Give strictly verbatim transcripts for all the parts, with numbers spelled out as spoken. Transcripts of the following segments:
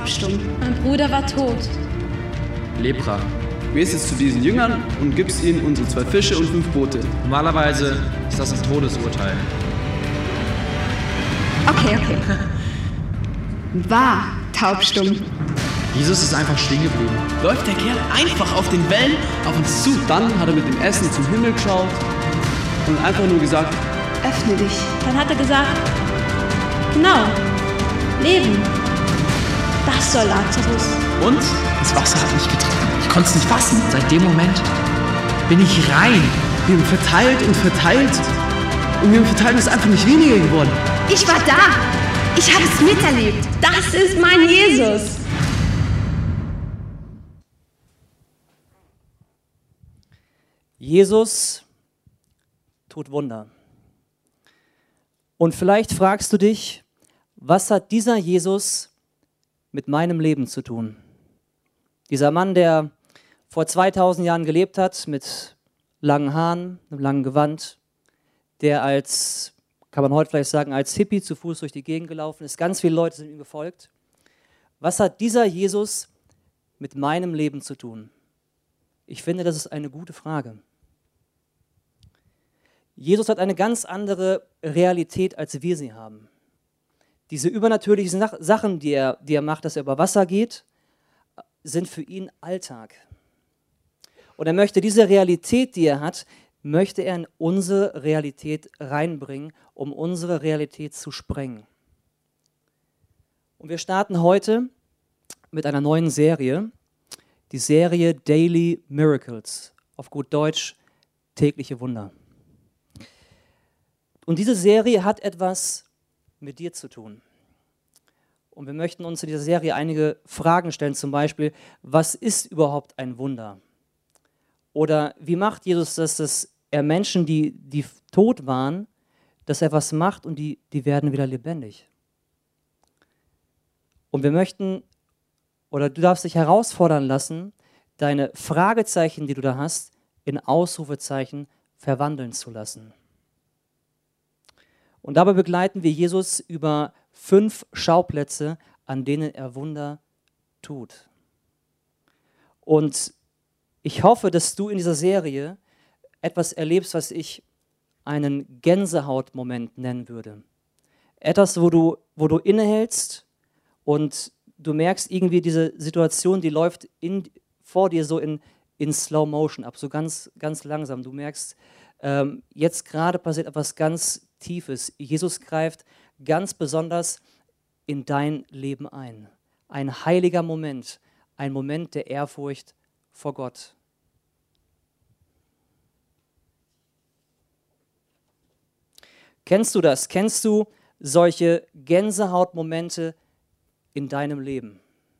taubstumm. Mein Bruder war tot. Lepra. Du gehst jetzt zu diesen Jüngern und gibst ihnen unsere zwei Fische und fünf Brote. Normalerweise ist das ein Todesurteil. Okay, okay. War taubstumm. Jesus ist einfach stehen geblieben. Läuft der Kerl einfach auf den Wellen auf uns zu. Dann hat er mit dem Essen zum Himmel geschaut und einfach nur gesagt, Öffne dich. Dann hat er gesagt, genau, Leben. Das soll Lazarus. Und das Wasser hat mich getragen. Ich konnte es nicht fassen. Seit dem Moment bin ich rein. Wir haben verteilt und verteilt. Und wir haben verteilt und es ist einfach nicht weniger geworden. Ich war da. Ich habe es miterlebt. Das ist mein Jesus. Jesus tut Wunder. Und vielleicht fragst du dich, was hat dieser Jesus mit meinem Leben zu tun? Dieser Mann, der vor zweitausend Jahren gelebt hat, mit langen Haaren, einem langen Gewand, der als, kann man heute vielleicht sagen, als Hippie zu Fuß durch die Gegend gelaufen ist. Ganz viele Leute sind ihm gefolgt. Was hat dieser Jesus mit meinem Leben zu tun? Ich finde, das ist eine gute Frage. Jesus hat eine ganz andere Realität, als wir sie haben. Diese übernatürlichen Sachen, die er, die er macht, dass er über Wasser geht, sind für ihn Alltag. Und er möchte diese Realität, die er hat, möchte er in unsere Realität reinbringen, um unsere Realität zu sprengen. Und wir starten heute mit einer neuen Serie, die Serie Daily Miracles, auf gut Deutsch tägliche Wunder. Und diese Serie hat etwas mit dir zu tun. Und wir möchten uns in dieser Serie einige Fragen stellen, zum Beispiel, was ist überhaupt ein Wunder? Oder wie macht Jesus das, dass er Menschen, die, die tot waren, dass er was macht und die, die werden wieder lebendig? Und wir möchten, oder du darfst dich herausfordern lassen, deine Fragezeichen, die du da hast, in Ausrufezeichen verwandeln zu lassen. Und dabei begleiten wir Jesus über fünf Schauplätze, an denen er Wunder tut. Und ich hoffe, dass du in dieser Serie etwas erlebst, was ich einen Gänsehautmoment nennen würde. Etwas, wo du, wo du innehältst und du merkst irgendwie diese Situation, die läuft in, vor dir so in, in Slow Motion ab, so ganz, ganz langsam. Du merkst, ähm, jetzt gerade passiert etwas ganz Tiefes. Jesus greift ganz besonders in dein Leben ein. Ein heiliger Moment, ein Moment der Ehrfurcht vor Gott. Kennst du das? Kennst du solche Gänsehautmomente in deinem Leben?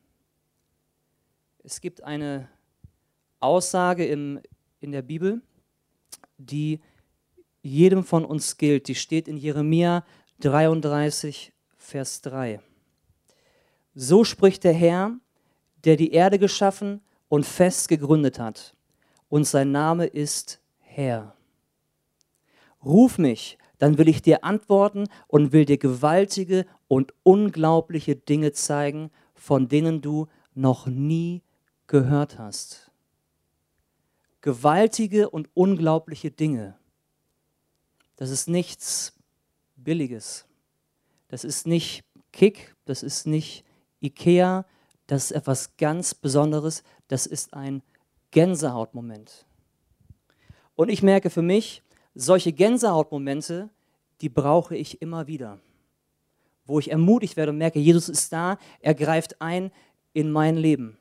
Es gibt eine Aussage im, in der Bibel, die jedem von uns gilt. Die steht in Jeremia dreiunddreißig, Vers drei. So spricht der Herr, der die Erde geschaffen und fest gegründet hat. Und sein Name ist Herr. Ruf mich, dann will ich dir antworten und will dir gewaltige und unglaubliche Dinge zeigen, von denen du noch nie gehört hast. Gewaltige und unglaubliche Dinge. Das ist nichts Billiges. Das ist nicht Kick, das ist nicht Ikea, das ist etwas ganz Besonderes, das ist ein Gänsehautmoment. Und ich merke für mich, solche Gänsehautmomente, die brauche ich immer wieder. Wo ich ermutigt werde und merke, Jesus ist da, er greift ein in mein Leben.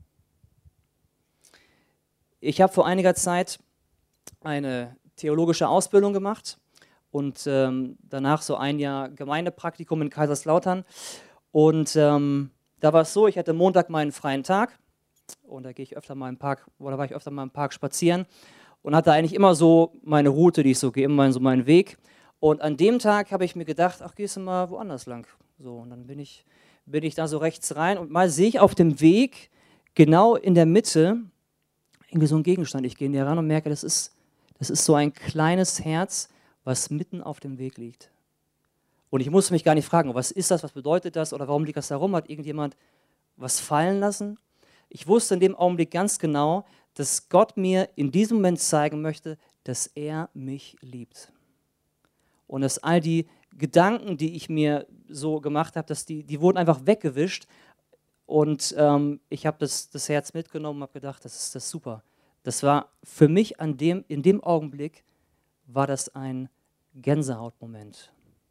Ich habe vor einiger Zeit eine theologische Ausbildung gemacht und ähm, danach so ein Jahr Gemeindepraktikum in Kaiserslautern. Und ähm, da war es so, ich hatte Montag meinen freien Tag und da gehe ich öfter mal im Park, oder war ich öfter mal im Park spazieren und hatte eigentlich immer so meine Route, die ich so gehe, immer so meinen Weg. Und an dem Tag habe ich mir gedacht, ach, gehst du mal woanders lang. So, und dann bin ich, bin ich da so rechts rein und mal sehe ich auf dem Weg, genau in der Mitte, irgendwie so einen Gegenstand. Ich gehe näher ran und merke, das ist, das ist so ein kleines Herz, was mitten auf dem Weg liegt. Und ich musste mich gar nicht fragen, was ist das, was bedeutet das oder warum liegt das da rum? Hat irgendjemand was fallen lassen. Ich wusste in dem Augenblick ganz genau, dass Gott mir in diesem Moment zeigen möchte, dass er mich liebt. Und dass all die Gedanken, die ich mir so gemacht habe, dass die, die wurden einfach weggewischt. Und ähm, ich habe das, das Herz mitgenommen und habe gedacht, das ist das super. Das war für mich an dem, in dem Augenblick, war das ein Gänsehautmoment.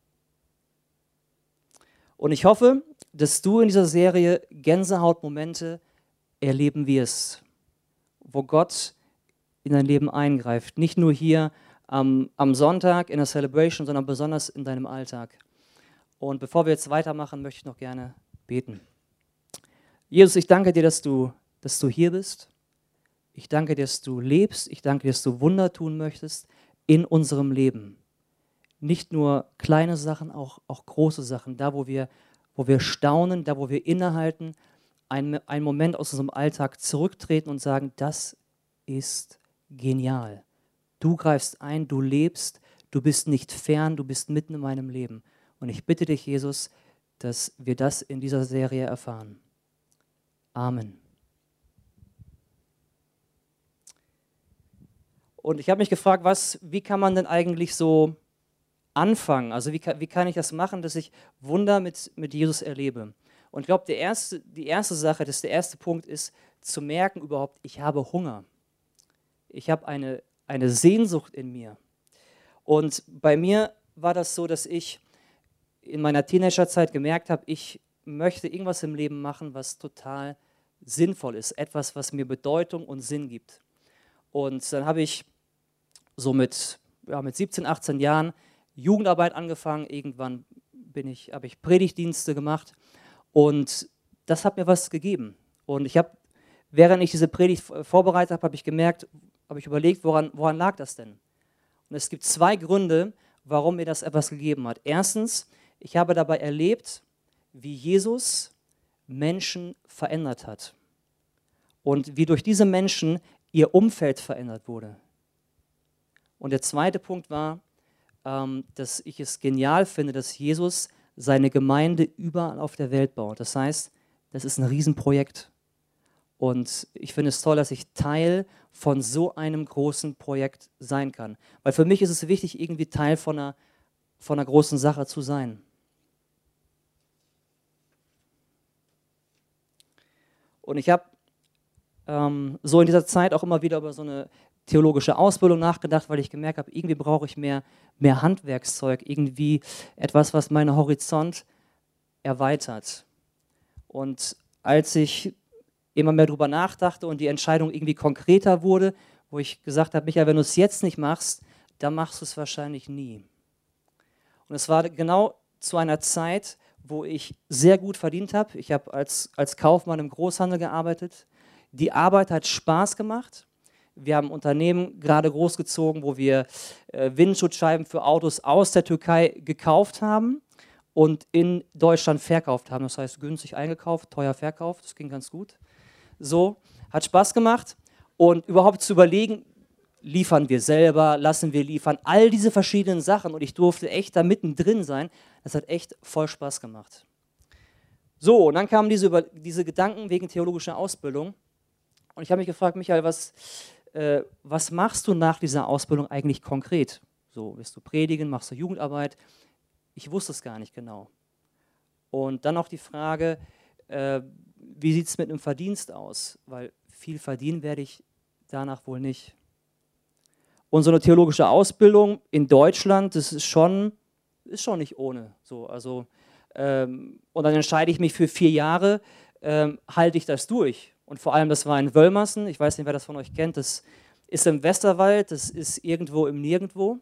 Und ich hoffe, dass du in dieser Serie Gänsehautmomente erleben wirst, wo Gott in dein Leben eingreift. Nicht nur hier am, am Sonntag in der Celebration, sondern besonders in deinem Alltag. Und bevor wir jetzt weitermachen, möchte ich noch gerne beten. Jesus, ich danke dir, dass du, dass du hier bist. Ich danke dir, dass du lebst. Ich danke dir, dass du Wunder tun möchtest in unserem Leben. Nicht nur kleine Sachen, auch, auch große Sachen. Da, wo wir, wo wir staunen, da, wo wir innehalten, einen, einen Moment aus unserem Alltag zurücktreten und sagen, das ist genial. Du greifst ein, du lebst, du bist nicht fern, du bist mitten in meinem Leben. Und ich bitte dich, Jesus, dass wir das in dieser Serie erfahren. Amen. Und ich habe mich gefragt, was, wie kann man denn eigentlich so anfangen? Also wie kann, wie kann ich das machen, dass ich Wunder mit, mit Jesus erlebe? Und ich glaube, erste, die erste Sache, das der erste Punkt ist, zu merken überhaupt, ich habe Hunger. Ich habe eine, eine Sehnsucht in mir. Und bei mir war das so, dass ich in meiner Teenagerzeit gemerkt habe, ich möchte irgendwas im Leben machen, was total sinnvoll ist. Etwas, was mir Bedeutung und Sinn gibt. Und dann habe ich so mit, ja, mit siebzehn, achtzehn Jahren Jugendarbeit angefangen. Irgendwann bin ich, habe ich Predigtdienste gemacht. Und das hat mir was gegeben. Und ich habe, während ich diese Predigt vorbereitet habe, habe ich gemerkt, habe ich überlegt, woran, woran lag das denn? Und es gibt zwei Gründe, warum mir das etwas gegeben hat. Erstens, ich habe dabei erlebt, wie Jesus Menschen verändert hat. Und wie durch diese Menschen ihr Umfeld verändert wurde. Und der zweite Punkt war, ähm, dass ich es genial finde, dass Jesus seine Gemeinde überall auf der Welt baut. Das heißt, das ist ein Riesenprojekt. Und ich finde es toll, dass ich Teil von so einem großen Projekt sein kann. Weil für mich ist es wichtig, irgendwie Teil von einer, von einer großen Sache zu sein. Und ich habe ähm, so in dieser Zeit auch immer wieder über so eine theologische Ausbildung nachgedacht, weil ich gemerkt habe, irgendwie brauche ich mehr, mehr Handwerkszeug, irgendwie etwas, was meinen Horizont erweitert. Und als ich immer mehr darüber nachdachte und die Entscheidung irgendwie konkreter wurde, wo ich gesagt habe, Michael, wenn du es jetzt nicht machst, dann machst du es wahrscheinlich nie. Und es war genau zu einer Zeit, wo ich sehr gut verdient habe. Ich habe als, als Kaufmann im Großhandel gearbeitet. Die Arbeit hat Spaß gemacht. Wir haben Unternehmen gerade großgezogen, wo wir äh, Windschutzscheiben für Autos aus der Türkei gekauft haben und in Deutschland verkauft haben. Das heißt, günstig eingekauft, teuer verkauft. Das ging ganz gut. So, hat Spaß gemacht. Und überhaupt zu überlegen, liefern wir selber, lassen wir liefern, all diese verschiedenen Sachen. Und ich durfte echt da mittendrin sein. Das hat echt voll Spaß gemacht. So, und dann kamen diese, über, diese Gedanken wegen theologischer Ausbildung. Und ich habe mich gefragt, Michael, was, äh, was machst du nach dieser Ausbildung eigentlich konkret? So, wirst du predigen, machst du Jugendarbeit? Ich wusste es gar nicht genau. Und dann noch die Frage, äh, wie sieht es mit einem Verdienst aus? Weil viel verdienen werde ich danach wohl nicht. Und so eine theologische Ausbildung in Deutschland, das ist schon, ist schon nicht ohne. So, also, ähm, und dann entscheide ich mich für vier Jahre, ähm, halte ich das durch. Und vor allem, das war in Wöllmassen, ich weiß nicht, wer das von euch kennt, das ist im Westerwald, das ist irgendwo im Nirgendwo.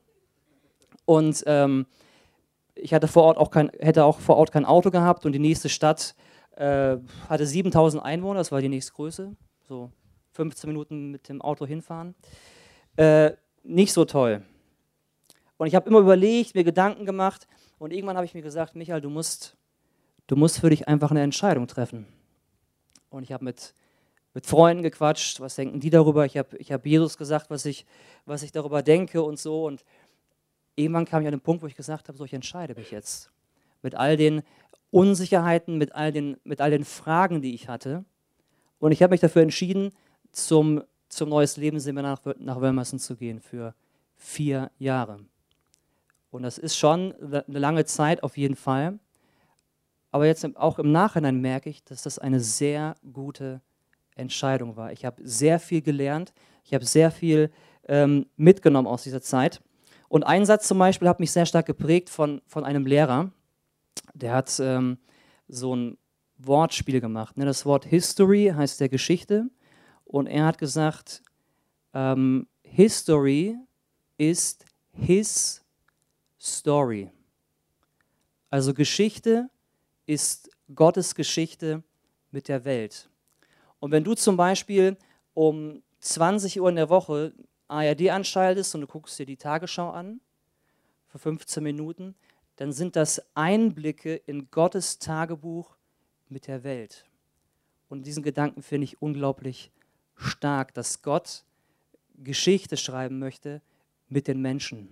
Und ähm, ich hatte vor Ort auch kein, hätte auch vor Ort kein Auto gehabt und die nächste Stadt äh, hatte siebentausend Einwohner, das war die nächstgrößte, so fünfzehn Minuten mit dem Auto hinfahren. Äh, nicht so toll. Und ich habe immer überlegt, mir Gedanken gemacht und irgendwann habe ich mir gesagt, Michael, du musst, du musst für dich einfach eine Entscheidung treffen. Und ich habe mit, mit Freunden gequatscht, was denken die darüber? Ich habe ich hab Jesus gesagt, was ich, was ich darüber denke und so. Und irgendwann kam ich an den Punkt, wo ich gesagt habe, so, ich entscheide mich jetzt. Mit all den Unsicherheiten, mit all den, mit all den Fragen, die ich hatte. Und ich habe mich dafür entschieden, zum, zum Neues Lebensseminar nach, nach Wilmerson zu gehen für vier Jahre. Und das ist schon eine lange Zeit auf jeden Fall. Aber jetzt auch im Nachhinein merke ich, dass das eine sehr gute Entscheidung war. Ich habe sehr viel gelernt, ich habe sehr viel ähm, mitgenommen aus dieser Zeit. Und ein Satz zum Beispiel hat mich sehr stark geprägt von, von einem Lehrer, der hat ähm, so ein Wortspiel gemacht. Ne? Das Wort History heißt der Geschichte und er hat gesagt, ähm, History ist his story. Also Geschichte ist Gottes Geschichte mit der Welt. Und wenn du zum Beispiel um zwanzig Uhr in der Woche A R D anschaltest und du guckst dir die Tagesschau an, für fünfzehn Minuten, dann sind das Einblicke in Gottes Tagebuch mit der Welt. Und diesen Gedanken finde ich unglaublich stark, dass Gott Geschichte schreiben möchte mit den Menschen.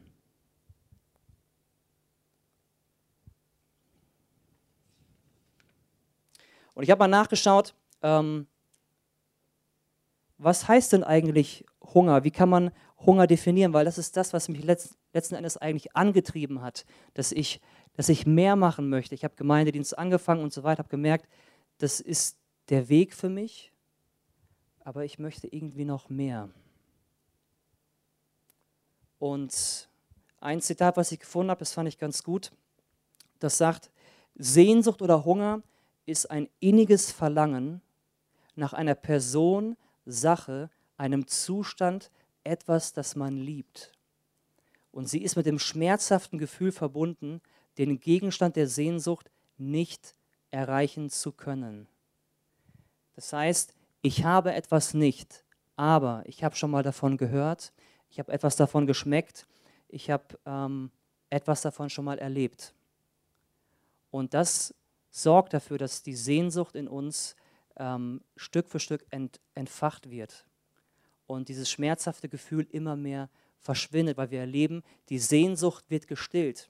Und ich habe mal nachgeschaut, ähm, was heißt denn eigentlich Hunger? Wie kann man Hunger definieren? Weil das ist das, was mich letzt, letzten Endes eigentlich angetrieben hat, dass ich, dass ich mehr machen möchte. Ich habe Gemeindedienst angefangen und so weiter, habe gemerkt, das ist der Weg für mich, aber ich möchte irgendwie noch mehr. Und ein Zitat, was ich gefunden habe, das fand ich ganz gut, das sagt, Sehnsucht oder Hunger ist ein inniges Verlangen nach einer Person, Sache, einem Zustand, etwas, das man liebt. Und sie ist mit dem schmerzhaften Gefühl verbunden, den Gegenstand der Sehnsucht nicht erreichen zu können. Das heißt, ich habe etwas nicht, aber ich habe schon mal davon gehört, ich habe etwas davon geschmeckt, ich habe ähm, etwas davon schon mal erlebt. Und das sorgt dafür, dass die Sehnsucht in uns ähm, Stück für Stück ent, entfacht wird. Und dieses schmerzhafte Gefühl immer mehr verschwindet, weil wir erleben, die Sehnsucht wird gestillt.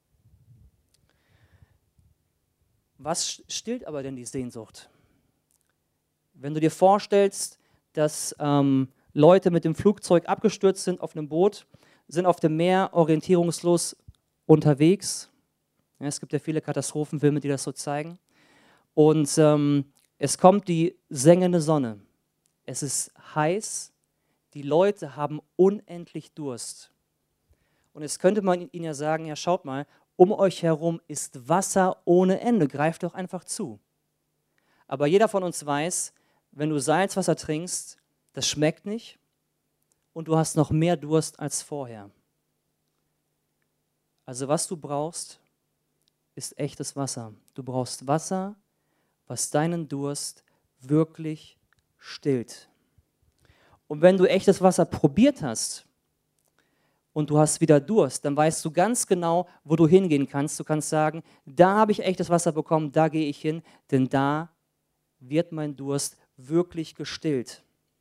Was stillt aber denn die Sehnsucht? Wenn du dir vorstellst, dass ähm, Leute mit dem Flugzeug abgestürzt sind auf einem Boot, sind auf dem Meer orientierungslos unterwegs. Ja, es gibt ja viele Katastrophenfilme, die das so zeigen. Und ähm, es kommt die sengende Sonne. Es ist heiß. Die Leute haben unendlich Durst. Und jetzt könnte man ihnen ja sagen, ja schaut mal, um euch herum ist Wasser ohne Ende, greift doch einfach zu. Aber jeder von uns weiß, wenn du Salzwasser trinkst, das schmeckt nicht und du hast noch mehr Durst als vorher. Also was du brauchst, ist echtes Wasser. Du brauchst Wasser, was deinen Durst wirklich stillt. Und wenn du echtes Wasser probiert hast und du hast wieder Durst, dann weißt du ganz genau, wo du hingehen kannst. Du kannst sagen, da habe ich echtes Wasser bekommen, da gehe ich hin, denn da wird mein Durst wirklich gestillt.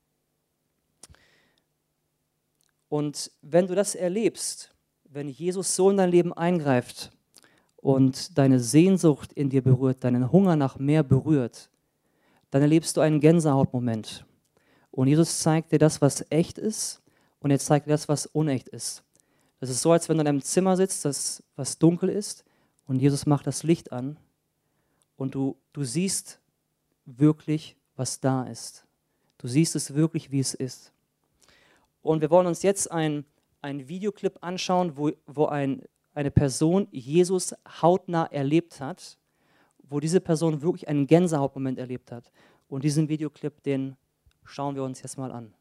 Und wenn du das erlebst, wenn Jesus so in dein Leben eingreift und deine Sehnsucht in dir berührt, deinen Hunger nach mehr berührt, dann erlebst du einen Gänsehautmoment. Und Jesus zeigt dir das, was echt ist, und er zeigt dir das, was unecht ist. Das ist so, als wenn du in einem Zimmer sitzt, das was dunkel ist, und Jesus macht das Licht an, und du, du siehst wirklich, was da ist. Du siehst es wirklich, wie es ist. Und wir wollen uns jetzt einen Videoclip anschauen, wo, wo ein, eine Person Jesus hautnah erlebt hat, wo diese Person wirklich einen Gänsehautmoment erlebt hat. Und diesen Videoclip, den schauen wir uns jetzt mal an.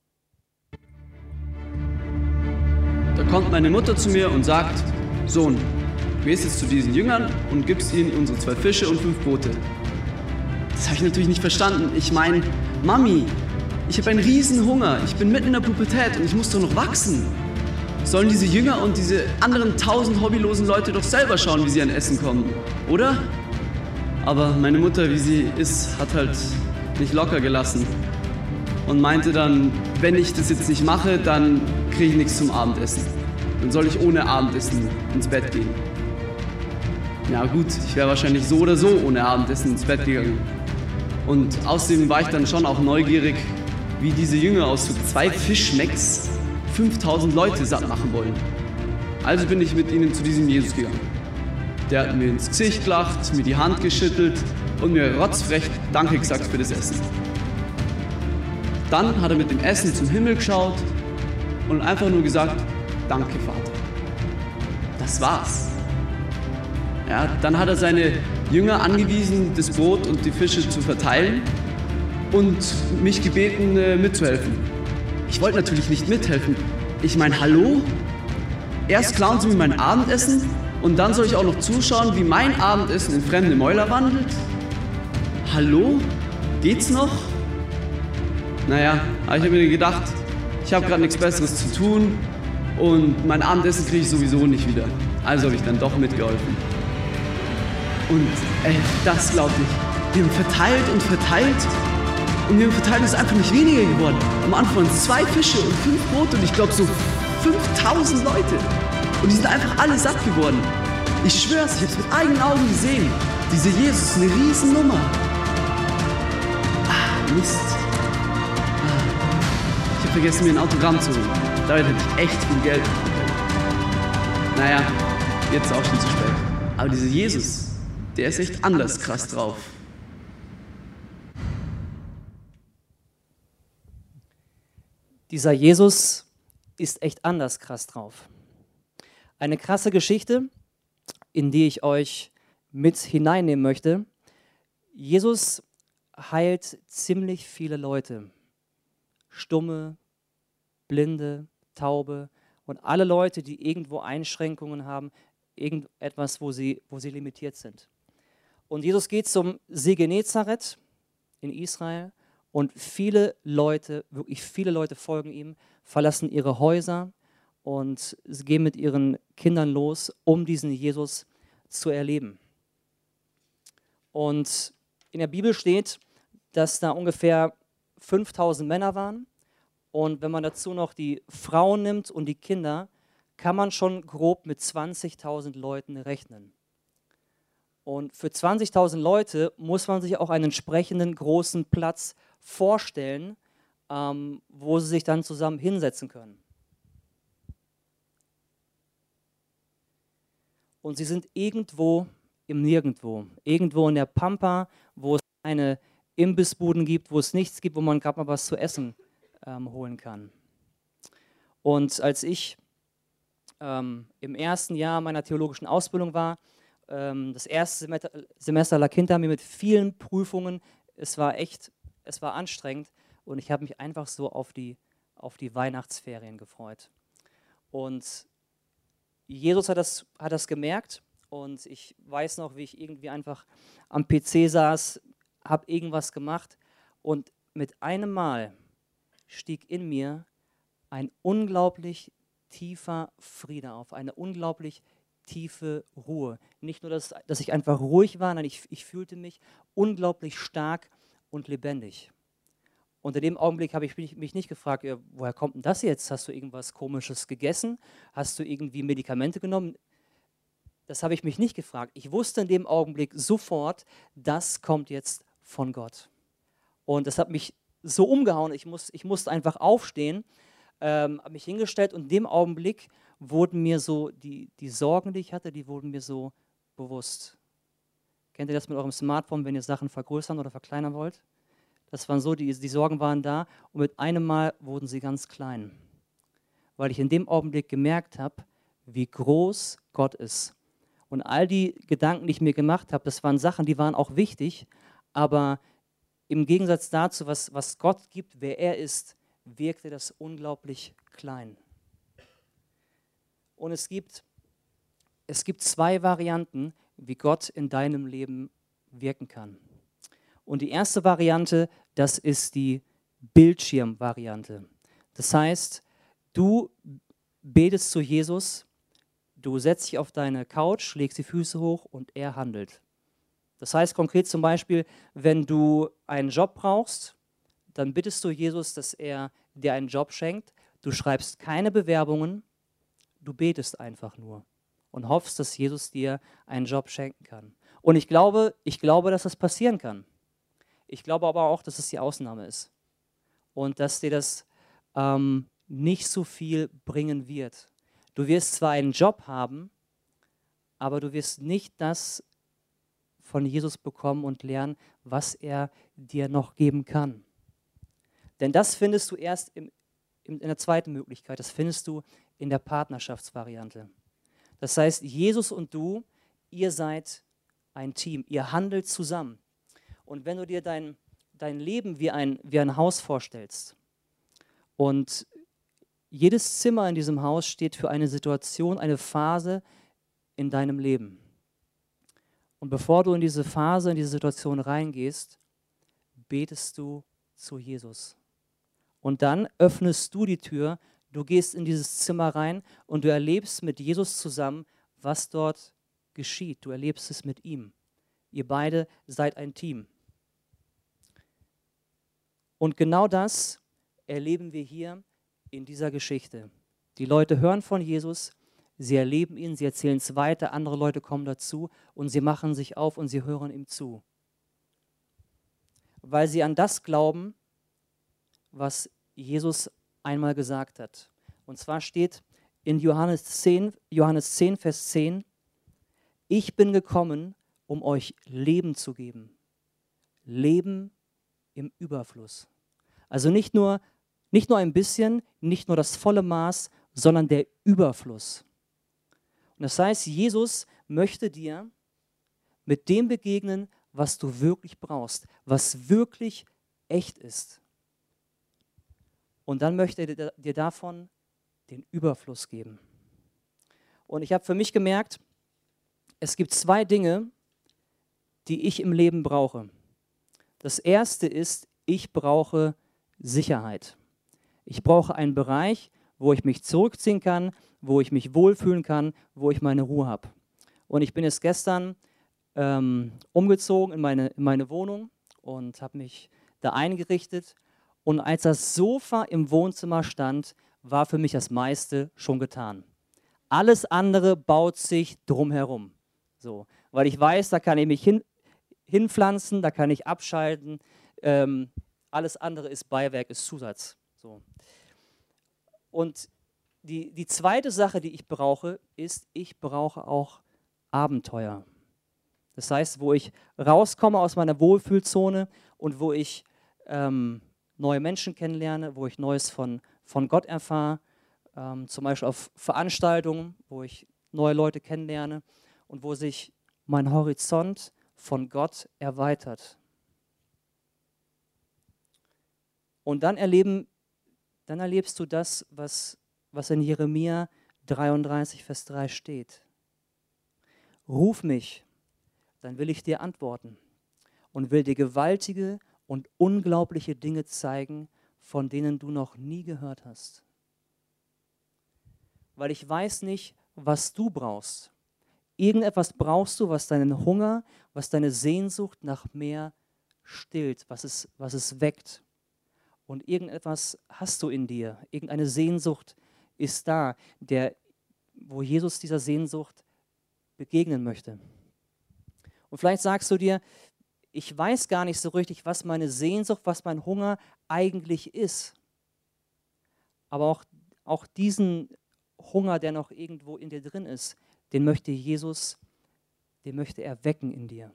Da kommt meine Mutter zu mir und sagt, Sohn, du gehst jetzt zu diesen Jüngern und gibst ihnen unsere zwei Fische und fünf Brote. Das habe ich natürlich nicht verstanden. Ich meine, Mami, ich habe einen riesen Hunger, ich bin mitten in der Pubertät und ich muss doch noch wachsen. Sollen diese Jünger und diese anderen tausend hobbylosen Leute doch selber schauen, wie sie an Essen kommen, oder? Aber meine Mutter, wie sie ist, hat halt nicht locker gelassen und meinte dann, wenn ich das jetzt nicht mache, dann kriege ich nichts zum Abendessen. Dann soll ich ohne Abendessen ins Bett gehen. Ja gut, ich wäre wahrscheinlich so oder so ohne Abendessen ins Bett gegangen. Und außerdem war ich dann schon auch neugierig, wie diese Jünger aus so zwei Fischmecks fünftausend Leute satt machen wollen. Also bin ich mit ihnen zu diesem Jesus gegangen. Der hat mir ins Gesicht gelacht, mir die Hand geschüttelt und mir rotzfrech Danke gesagt für das Essen. Dann hat er mit dem Essen zum Himmel geschaut und einfach nur gesagt, danke Vater. Das war's. Ja, dann hat er seine Jünger angewiesen, das Brot und die Fische zu verteilen und mich gebeten, äh, mitzuhelfen. Ich wollte natürlich nicht mithelfen. Ich meine, hallo? Erst klauen sie mir mein Abendessen und dann soll ich auch noch zuschauen, wie mein Abendessen in fremde Mäuler wandelt? Hallo? Geht's noch? Naja, aber ich habe mir gedacht, ich habe gerade nichts Besseres zu tun und mein Abendessen kriege ich sowieso nicht wieder. Also habe ich dann doch mitgeholfen. Und ey, das glaubt nicht. Wir haben verteilt und verteilt und wir haben verteilt, ist einfach nicht weniger geworden. Am Anfang zwei Fische und fünf Brote und ich glaube so fünftausend Leute. Und die sind einfach alle satt geworden. Ich schwör's, ich habe es mit eigenen Augen gesehen. Diese Jesus ist eine Riesennummer. Ah, Mist. Ich habe vergessen, mir ein Autogramm zu holen. Damit hätte ich echt viel Geld bekommen können. Naja, jetzt ist auch schon zu spät. Aber dieser Jesus, der ist echt anders krass drauf. Dieser Jesus ist echt anders krass drauf. Eine krasse Geschichte, in die ich euch mit hineinnehmen möchte. Jesus heilt ziemlich viele Leute. Stumme, Blinde, Taube und alle Leute, die irgendwo Einschränkungen haben, irgendetwas, wo sie, wo sie limitiert sind. Und Jesus geht zum See Genezareth in Israel und viele Leute, wirklich viele Leute folgen ihm, verlassen ihre Häuser und sie gehen mit ihren Kindern los, um diesen Jesus zu erleben. Und in der Bibel steht, dass da ungefähr fünftausend Männer waren. Und wenn man dazu noch die Frauen nimmt und die Kinder, kann man schon grob mit zwanzigtausend Leuten rechnen. Und für zwanzigtausend Leute muss man sich auch einen entsprechenden großen Platz vorstellen, ähm, wo sie sich dann zusammen hinsetzen können. Und sie sind irgendwo im Nirgendwo, irgendwo in der Pampa, wo es keine Imbissbuden gibt, wo es nichts gibt, wo man gerade mal was zu essen ähm, holen kann. Und als ich ähm, im ersten Jahr meiner theologischen Ausbildung war, ähm, das erste Semester, Semester lag hinter mir mit vielen Prüfungen, es war echt, es war anstrengend und ich habe mich einfach so auf die, auf die Weihnachtsferien gefreut. Und Jesus hat das, hat das gemerkt und ich weiß noch, wie ich irgendwie einfach am P C saß, habe irgendwas gemacht und mit einem Mal stieg in mir ein unglaublich tiefer Friede auf, eine unglaublich tiefe Ruhe. Nicht nur, dass, dass ich einfach ruhig war, nein, ich, ich fühlte mich unglaublich stark und lebendig. Und in dem Augenblick habe ich mich nicht gefragt, ja, woher kommt denn das jetzt? Hast du irgendwas Komisches gegessen? Hast du irgendwie Medikamente genommen? Das habe ich mich nicht gefragt. Ich wusste in dem Augenblick sofort, das kommt jetzt von Gott. Und das hat mich so umgehauen, ich, muss, ich musste einfach aufstehen, ähm, habe mich hingestellt und in dem Augenblick wurden mir so, die, die Sorgen, die ich hatte, die wurden mir so bewusst. Kennt ihr das mit eurem Smartphone, wenn ihr Sachen vergrößern oder verkleinern wollt? Das waren so, die, die Sorgen waren da und mit einem Mal wurden sie ganz klein. Weil ich in dem Augenblick gemerkt habe, wie groß Gott ist. Und all die Gedanken, die ich mir gemacht habe, das waren Sachen, die waren auch wichtig, aber im Gegensatz dazu, was, was Gott gibt, wer er ist, wirkte das unglaublich klein. Und es gibt, es gibt zwei Varianten, wie Gott in deinem Leben wirken kann. Und die erste Variante, das ist die Bildschirmvariante. Das heißt, du betest zu Jesus, du setzt dich auf deine Couch, legst die Füße hoch und er handelt. Das heißt konkret zum Beispiel, wenn du einen Job brauchst, dann bittest du Jesus, dass er dir einen Job schenkt. Du schreibst keine Bewerbungen, du betest einfach nur. und hoffst, dass Jesus dir einen Job schenken kann. Und ich glaube, ich glaube, dass das passieren kann. Ich glaube aber auch, dass es die Ausnahme ist und dass dir das ähm, nicht so viel bringen wird. Du wirst zwar einen Job haben, aber du wirst nicht das von Jesus bekommen und lernen, was er dir noch geben kann. Denn das findest du erst im, in der zweiten Möglichkeit, das findest du in der Partnerschaftsvariante. Das heißt, Jesus und du, ihr seid ein Team, ihr handelt zusammen. Und wenn du dir dein, dein Leben wie ein, wie ein Haus vorstellst und jedes Zimmer in diesem Haus steht für eine Situation, eine Phase in deinem Leben. Und bevor du in diese Phase, in diese Situation reingehst, betest du zu Jesus. Und dann öffnest du die Tür, du gehst in dieses Zimmer rein und du erlebst mit Jesus zusammen, was dort geschieht. Du erlebst es mit ihm. Ihr beide seid ein Team. Und genau das erleben wir hier in dieser Geschichte. Die Leute hören von Jesus, sie erleben ihn, sie erzählen es weiter, andere Leute kommen dazu und sie machen sich auf und sie hören ihm zu. Weil sie an das glauben, was Jesus einmal gesagt hat. Und zwar steht in Johannes zehn, Johannes zehn, Vers zehn, ich bin gekommen, um euch Leben zu geben. Leben im Überfluss. Also nicht nur, nicht nur ein bisschen, nicht nur das volle Maß, sondern der Überfluss. Und das heißt, Jesus möchte dir mit dem begegnen, was du wirklich brauchst, was wirklich echt ist. Und dann möchte er dir davon den Überfluss geben. Und ich habe für mich gemerkt, es gibt zwei Dinge, die ich im Leben brauche. Das erste ist, ich brauche Sicherheit. Ich brauche einen Bereich, wo ich mich zurückziehen kann, wo ich mich wohlfühlen kann, wo ich meine Ruhe habe. Und ich bin jetzt gestern ähm, umgezogen in meine, in meine Wohnung und habe mich da eingerichtet. Und als das Sofa im Wohnzimmer stand, war für mich das meiste schon getan. Alles andere baut sich drumherum. So, weil ich weiß, da kann ich mich hin, hinpflanzen, da kann ich abschalten. Ähm, alles andere ist Beiwerk, ist Zusatz. So. Und die, die zweite Sache, die ich brauche, ist, ich brauche auch Abenteuer. Das heißt, wo ich rauskomme aus meiner Wohlfühlzone und wo ich ähm, neue Menschen kennenlerne, wo ich Neues von, von Gott erfahre, ähm, zum Beispiel auf Veranstaltungen, wo ich neue Leute kennenlerne und wo sich mein Horizont von Gott erweitert. Und dann, erleben, dann erlebst du das, was, was in Jeremia dreiunddreißig, Vers drei steht. Ruf mich, dann will ich dir antworten und will dir gewaltige und unglaubliche Dinge zeigen, von denen du noch nie gehört hast. Weil ich weiß nicht, was du brauchst. Irgendetwas brauchst du, was deinen Hunger, was deine Sehnsucht nach mehr stillt, was es, was es weckt. Und irgendetwas hast du in dir, irgendeine Sehnsucht ist da, der, wo Jesus dieser Sehnsucht begegnen möchte. Und vielleicht sagst du dir, ich weiß gar nicht so richtig, was meine Sehnsucht, was mein Hunger eigentlich ist. Aber auch, auch diesen Hunger, der noch irgendwo in dir drin ist, den möchte Jesus, den möchte er wecken in dir.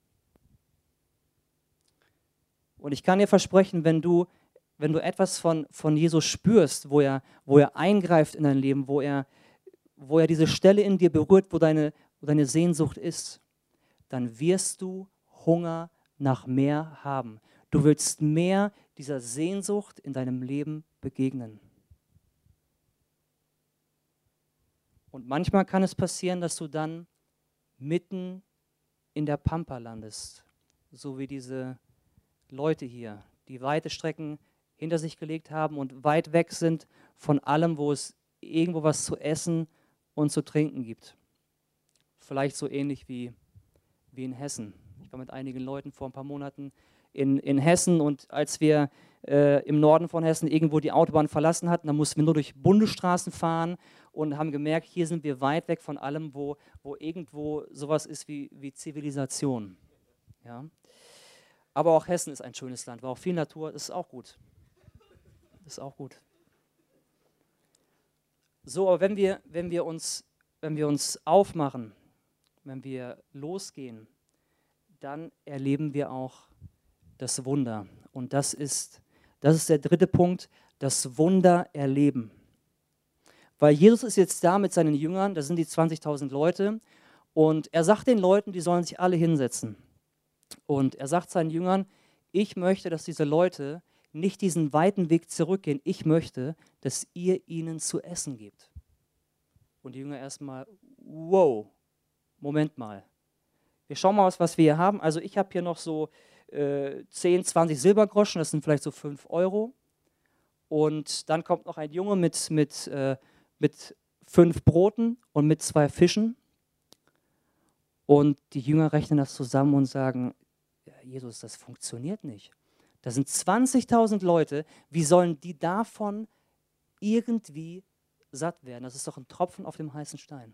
Und ich kann dir versprechen, wenn du, wenn du etwas von, von Jesus spürst, wo er, wo er eingreift in dein Leben, wo er, wo er diese Stelle in dir berührt, wo deine, wo deine Sehnsucht ist, dann wirst du Hunger nach mehr haben. Du willst mehr dieser Sehnsucht in deinem Leben begegnen. Und manchmal kann es passieren, dass du dann mitten in der Pampa landest, so wie diese Leute hier, die weite Strecken hinter sich gelegt haben und weit weg sind von allem, wo es irgendwo was zu essen und zu trinken gibt. Vielleicht so ähnlich wie, wie in Hessen. Ich war mit einigen Leuten vor ein paar Monaten in, in Hessen und als wir äh, im Norden von Hessen irgendwo die Autobahn verlassen hatten. Da mussten wir nur durch Bundesstraßen fahren und haben gemerkt, hier sind wir weit weg von allem, wo, wo irgendwo sowas ist wie, wie Zivilisation. Ja? Aber auch Hessen ist ein schönes Land, war auch viel Natur, das ist auch gut. Das ist auch gut. So, aber wenn wir, wenn wir uns, wenn wir uns aufmachen, wenn wir losgehen, dann erleben wir auch das Wunder. Und das ist, das ist der dritte Punkt, das Wunder erleben. Weil Jesus ist jetzt da mit seinen Jüngern, das sind die zwanzigtausend Leute, und er sagt den Leuten, die sollen sich alle hinsetzen. Und er sagt seinen Jüngern, ich möchte, dass diese Leute nicht diesen weiten Weg zurückgehen. Ich möchte, dass ihr ihnen zu essen gebt. Und die Jünger erstmal, wow, Moment mal. Wir schauen mal, was, was wir hier haben. Also ich habe hier noch so äh, zehn, zwanzig Silbergroschen, das sind vielleicht so fünf Euro. Und dann kommt noch ein Junge mit, mit, äh, mit fünf Broten und mit zwei Fischen. Und die Jünger rechnen das zusammen und sagen, ja, Jesus, das funktioniert nicht. Da sind zwanzigtausend Leute, wie sollen die davon irgendwie satt werden? Das ist doch ein Tropfen auf dem heißen Stein.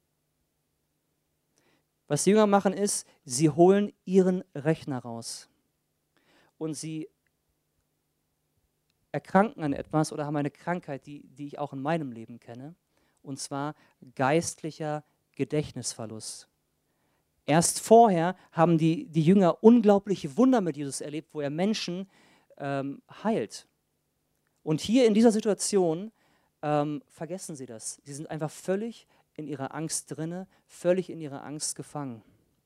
Was die Jünger machen ist, sie holen ihren Rechner raus und sie erkranken an etwas oder haben eine Krankheit, die, die ich auch in meinem Leben kenne, und zwar geistlicher Gedächtnisverlust. Erst vorher haben die, die Jünger unglaubliche Wunder mit Jesus erlebt, wo er Menschen ähm, heilt. Und hier in dieser Situation ähm, vergessen sie das. Sie sind einfach völlig in ihrer Angst drinne, völlig in ihrer Angst gefangen.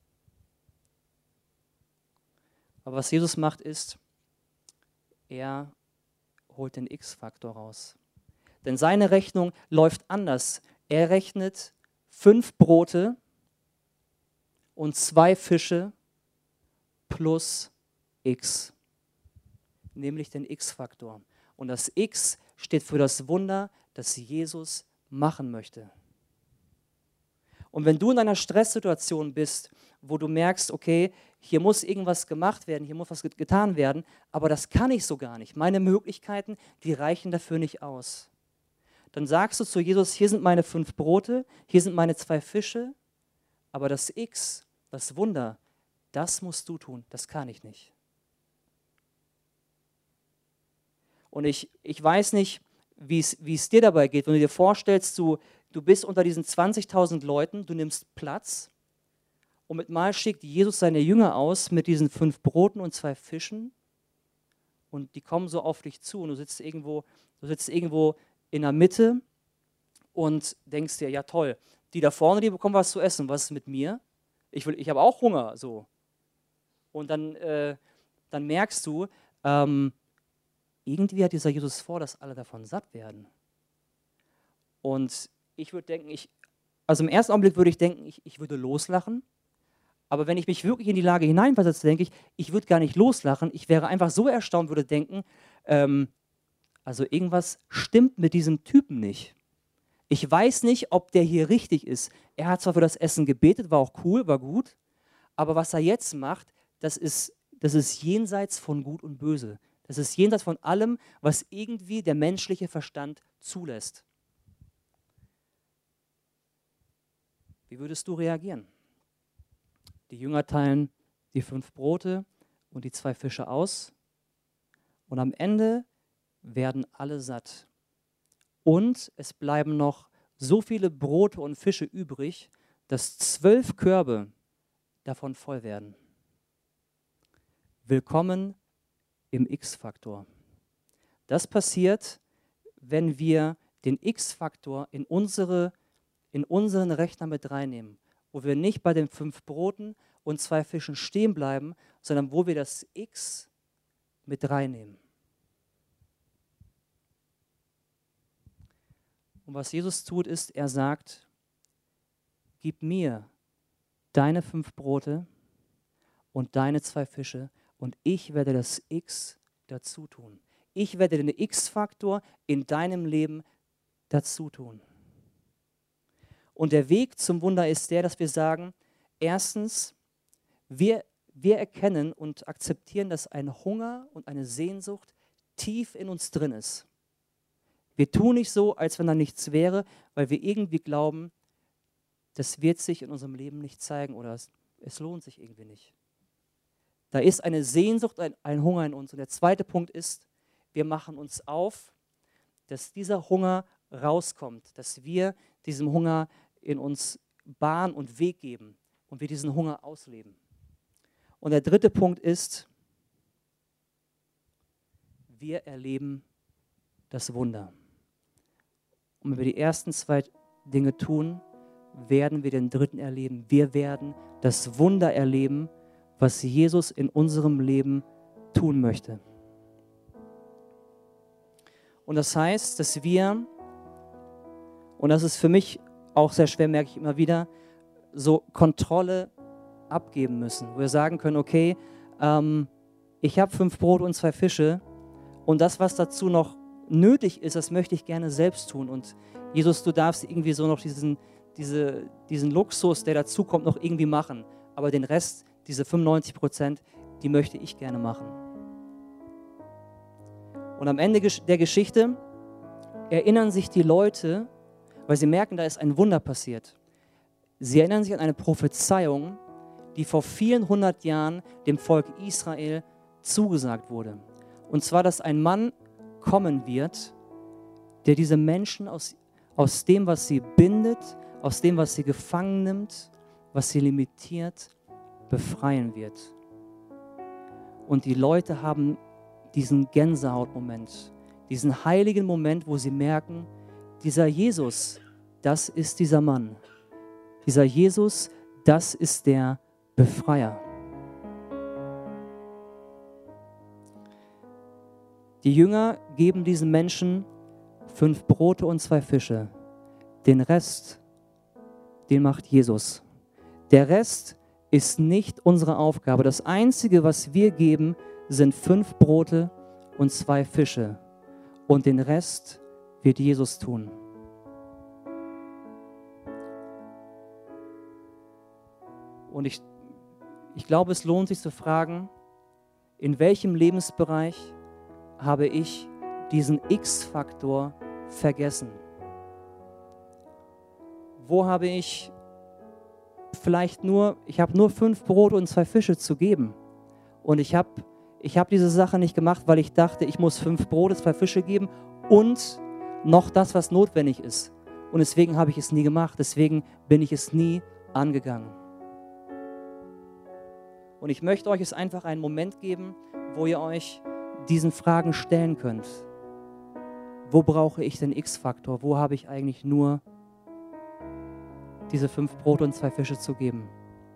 Aber was Jesus macht ist, er holt den X-Faktor raus. Denn seine Rechnung läuft anders. Er rechnet fünf Brote und zwei Fische plus X, nämlich den X-Faktor. Und das X steht für das Wunder, das Jesus machen möchte. Und wenn du in einer Stresssituation bist, wo du merkst, okay, hier muss irgendwas gemacht werden, hier muss was getan werden, aber das kann ich so gar nicht. Meine Möglichkeiten, die reichen dafür nicht aus. Dann sagst du zu Jesus, hier sind meine fünf Brote, hier sind meine zwei Fische, aber das X, das Wunder, das musst du tun, das kann ich nicht. Und ich, ich weiß nicht, wie es dir dabei geht, wenn du dir vorstellst, du, du bist unter diesen zwanzigtausend Leuten, du nimmst Platz und mit Mal schickt Jesus seine Jünger aus mit diesen fünf Broten und zwei Fischen und die kommen so auf dich zu und du sitzt irgendwo, du sitzt irgendwo in der Mitte und denkst dir, ja toll, die da vorne, die bekommen was zu essen, was ist mit mir? Ich, will, ich habe auch Hunger, so. Und dann, äh, dann merkst du, ähm, irgendwie hat dieser Jesus vor, dass alle davon satt werden. Und ich würde denken, ich, also im ersten Augenblick würde ich denken, ich, ich würde loslachen. Aber wenn ich mich wirklich in die Lage hineinversetze, denke ich, ich würde gar nicht loslachen. Ich wäre einfach so erstaunt, würde denken, ähm, also irgendwas stimmt mit diesem Typen nicht. Ich weiß nicht, ob der hier richtig ist. Er hat zwar für das Essen gebetet, war auch cool, war gut, aber was er jetzt macht, das ist, das ist jenseits von Gut und Böse. Das ist jenseits von allem, was irgendwie der menschliche Verstand zulässt. Wie würdest du reagieren? Die Jünger teilen die fünf Brote und die zwei Fische aus und am Ende werden alle satt. Und es bleiben noch so viele Brote und Fische übrig, dass zwölf Körbe davon voll werden. Willkommen im X-Faktor. Das passiert, wenn wir den X-Faktor in, unsere, in unseren Rechner mit reinnehmen, wo wir nicht bei den fünf Broten und zwei Fischen stehen bleiben, sondern wo wir das X mit reinnehmen. Und was Jesus tut, ist, er sagt, gib mir deine fünf Brote und deine zwei Fische und ich werde das X dazu tun. Ich werde den X-Faktor in deinem Leben dazu tun. Und der Weg zum Wunder ist der, dass wir sagen, erstens, wir, wir erkennen und akzeptieren, dass ein Hunger und eine Sehnsucht tief in uns drin ist. Wir tun nicht so, als wenn da nichts wäre, weil wir irgendwie glauben, das wird sich in unserem Leben nicht zeigen oder es, es lohnt sich irgendwie nicht. Da ist eine Sehnsucht, ein, ein Hunger in uns. Und der zweite Punkt ist, wir machen uns auf, dass dieser Hunger rauskommt, dass wir diesem Hunger in uns Bahn und Weg geben und wir diesen Hunger ausleben. Und der dritte Punkt ist, wir erleben das Wunder. Und wenn wir die ersten zwei Dinge tun, werden wir den dritten erleben. Wir werden das Wunder erleben, was Jesus in unserem Leben tun möchte. Und das heißt, dass wir, und das ist für mich auch sehr schwer, merke ich immer wieder, so Kontrolle abgeben müssen. Wo wir sagen können, okay, ähm, ich habe fünf Brote und zwei Fische und das, was dazu noch nötig ist, das möchte ich gerne selbst tun. Und Jesus, du darfst irgendwie so noch diesen, diese, diesen Luxus, der dazu kommt, noch irgendwie machen. Aber den Rest, diese fünfundneunzig Prozent, die möchte ich gerne machen. Und am Ende der Geschichte erinnern sich die Leute, weil sie merken, da ist ein Wunder passiert. Sie erinnern sich an eine Prophezeiung, die vor vielen hundert Jahren dem Volk Israel zugesagt wurde. Und zwar, dass ein Mann kommen wird, der diese Menschen aus, aus dem, was sie bindet, aus dem, was sie gefangen nimmt, was sie limitiert, befreien wird. Und die Leute haben diesen Gänsehautmoment, diesen heiligen Moment, wo sie merken, dieser Jesus, das ist dieser Mann. Dieser Jesus, das ist der Befreier. Die Jünger geben diesen Menschen fünf Brote und zwei Fische. Den Rest, den macht Jesus. Der Rest ist nicht unsere Aufgabe. Das Einzige, was wir geben, sind fünf Brote und zwei Fische. Und den Rest wird Jesus tun. Und ich, ich glaube, es lohnt sich zu fragen, in welchem Lebensbereich habe ich diesen X-Faktor vergessen? Wo habe ich vielleicht nur, ich habe nur fünf Brote und zwei Fische zu geben. Und ich habe ich hab diese Sache nicht gemacht, weil ich dachte, ich muss fünf Brote, zwei Fische geben und noch das, was notwendig ist. Und deswegen habe ich es nie gemacht. Deswegen bin ich es nie angegangen. Und ich möchte euch jetzt einfach einen Moment geben, wo ihr euch diesen Fragen stellen könnt. Wo brauche ich den X-Faktor? Wo habe ich eigentlich nur diese fünf Brote und zwei Fische zu geben?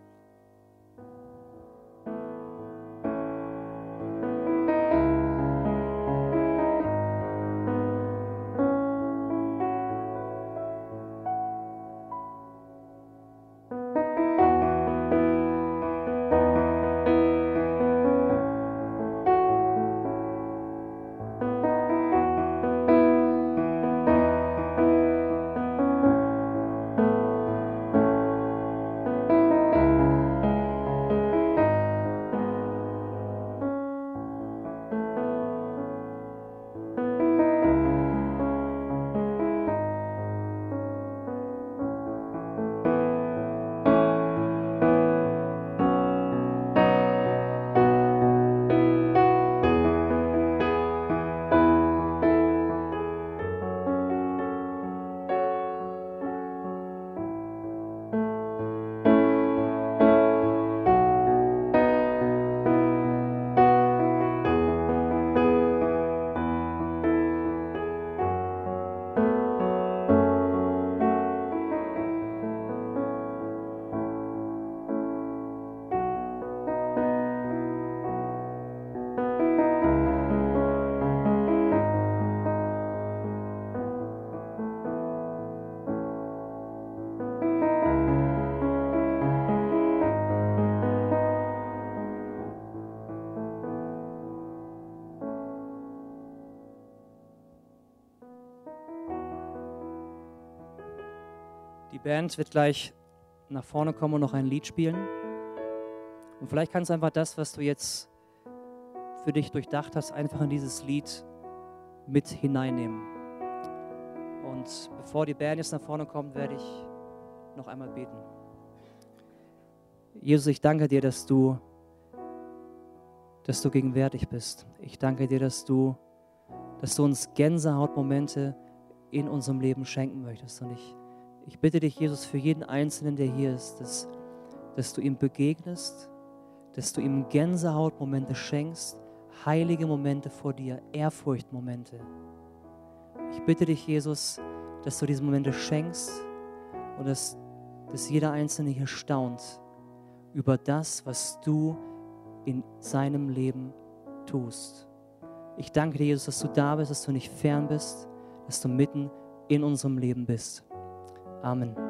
Die Band wird gleich nach vorne kommen und noch ein Lied spielen. Und vielleicht kannst du einfach das, was du jetzt für dich durchdacht hast, einfach in dieses Lied mit hineinnehmen. Und bevor die Band jetzt nach vorne kommt, werde ich noch einmal beten. Jesus, ich danke dir, dass du, dass du gegenwärtig bist. Ich danke dir, dass du, dass du uns Gänsehautmomente in unserem Leben schenken möchtest. Und ich, ich bitte dich, Jesus, für jeden Einzelnen, der hier ist, dass, dass du ihm begegnest, dass du ihm Gänsehautmomente schenkst, heilige Momente vor dir, Ehrfurchtmomente. Ich bitte dich, Jesus, dass du diese Momente schenkst und dass, dass jeder Einzelne hier staunt über das, was du in seinem Leben tust. Ich danke dir, Jesus, dass du da bist, dass du nicht fern bist, dass du mitten in unserem Leben bist. Amen.